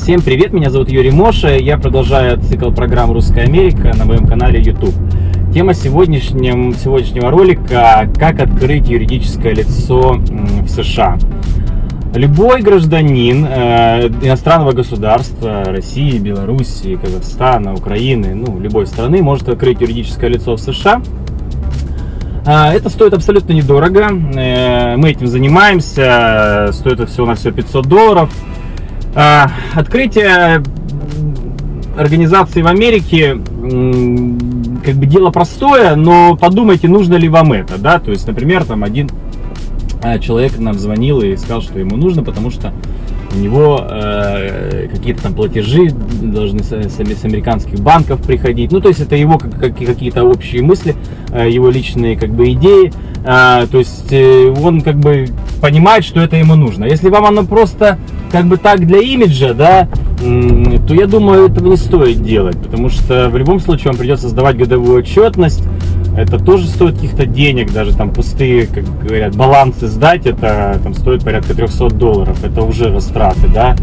Всем привет, меня зовут Юрий Моша, я продолжаю цикл программ «Русская Америка» на моем канале YouTube. Тема сегодняшнего ролика – как открыть юридическое лицо в США. Любой гражданин иностранного государства, России, Белоруссии, Казахстана, Украины, любой страны может открыть юридическое лицо в США. Это стоит абсолютно недорого, мы этим занимаемся, стоит это всего на все $500. Открытие организации в Америке дело простое, но подумайте, нужно ли вам это, да, то есть, например, там один человек нам звонил и сказал, что ему нужно, потому что у него какие-то там платежи должны с американских банков приходить. То есть это его какие-то общие мысли, его личные идеи. То есть он понимает, что это ему нужно. Если вам оно просто так для имиджа, да, то я думаю, этого не стоит делать, потому что в любом случае вам придется сдавать годовую отчетность. Это тоже стоит каких-то денег, даже там пустые, как говорят, балансы сдать, это там стоит порядка $300, это уже растраты, да.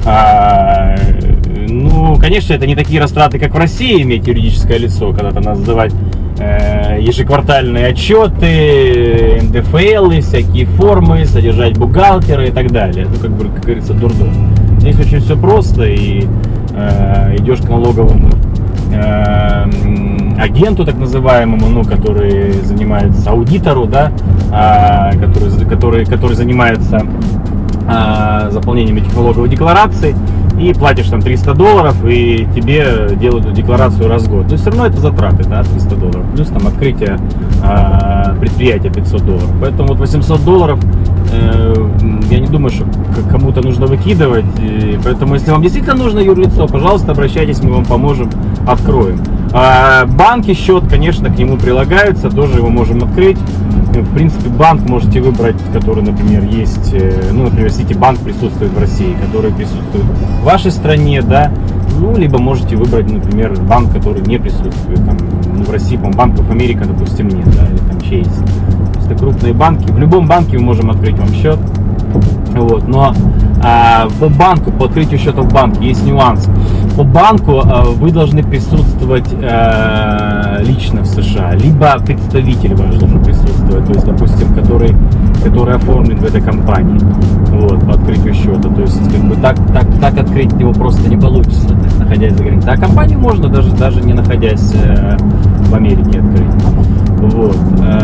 Конечно, это не такие растраты, как в России, иметь юридическое лицо, когда там надо сдавать ежеквартальные отчеты, НДФЛы, всякие формы, содержать бухгалтера и так далее. Как говорится, дурдом. Здесь очень все просто, и идешь к налоговому агенту, так называемому, который занимается аудитору, да, который занимается заполнением этих налоговых деклараций, и платишь там $300, и тебе делают эту декларацию раз в год. То есть все равно это затраты, да, $300, плюс там открытие предприятия $500. Поэтому вот $800 я не думаю, что кому-то нужно выкидывать. И поэтому, если вам действительно нужно юрлицо, пожалуйста, обращайтесь, мы вам поможем, откроем. Банки, счет, конечно, к нему прилагаются, тоже его можем открыть. В принципе, банк можете выбрать, который, например, есть, например, Ситибанк присутствует в России, который присутствует в вашей стране, да, либо можете выбрать, например, банк, который не присутствует, там, в России, по-моему, Банк оф Америка, допустим, нет, да, или там Чейз. Это крупные банки, в любом банке мы можем открыть вам счет, вот, но по банку, по открытию счета в банке есть нюанс. По банку вы должны присутствовать лично в США, либо представитель ваш должен присутствовать, то есть, допустим, который оформлен в этой компании, вот, по открытию счета. То есть, так открыть его просто не получится, находясь за границей. А компанию можно даже не находясь в Америке открыть. Вот.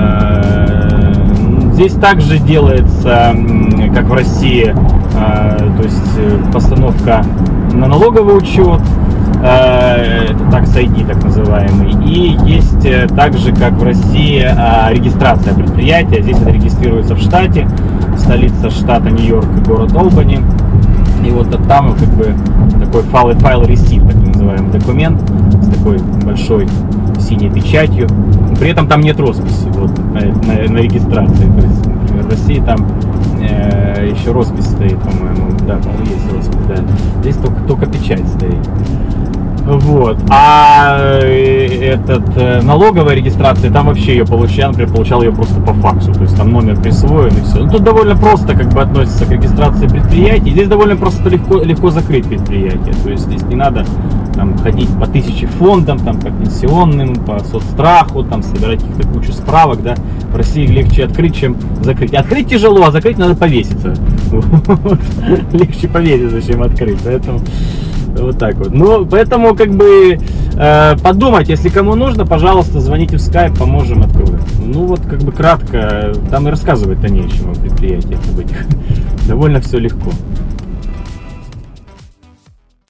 Здесь также делается, как в России, то есть постановка на налоговый учет, это Tax ID так называемый, и есть также, как в России, регистрация предприятия. Здесь это регистрируется в штате, столица штата Нью-Йорк, город Олбани, и вот там такой файл ресит, так называемый документ с такой большой синей печатью. При этом там нет росписи на регистрации. То есть, например, в России там еще роспись стоит, по-моему. Да, по-моему, есть роспись, да. Здесь только печать стоит. Вот. А налоговая регистрация, там вообще ее получал ее просто по факсу. То есть там номер присвоен и все. Тут довольно просто относится к регистрации предприятий. Здесь довольно просто легко закрыть предприятие. То есть здесь не надо ходить по 1000 фондам, по пенсионным, по соцстраху, собирать каких-то кучу справок, да. В России легче открыть, чем закрыть. Открыть тяжело, а закрыть надо повеситься. Легче повеситься, чем открыть. Поэтому вот так вот. Поэтому подумайте, если кому нужно, пожалуйста, звоните в Skype, поможем, откроем. Кратко, там и рассказывать-то нечего о предприятиях об этих. Довольно все легко.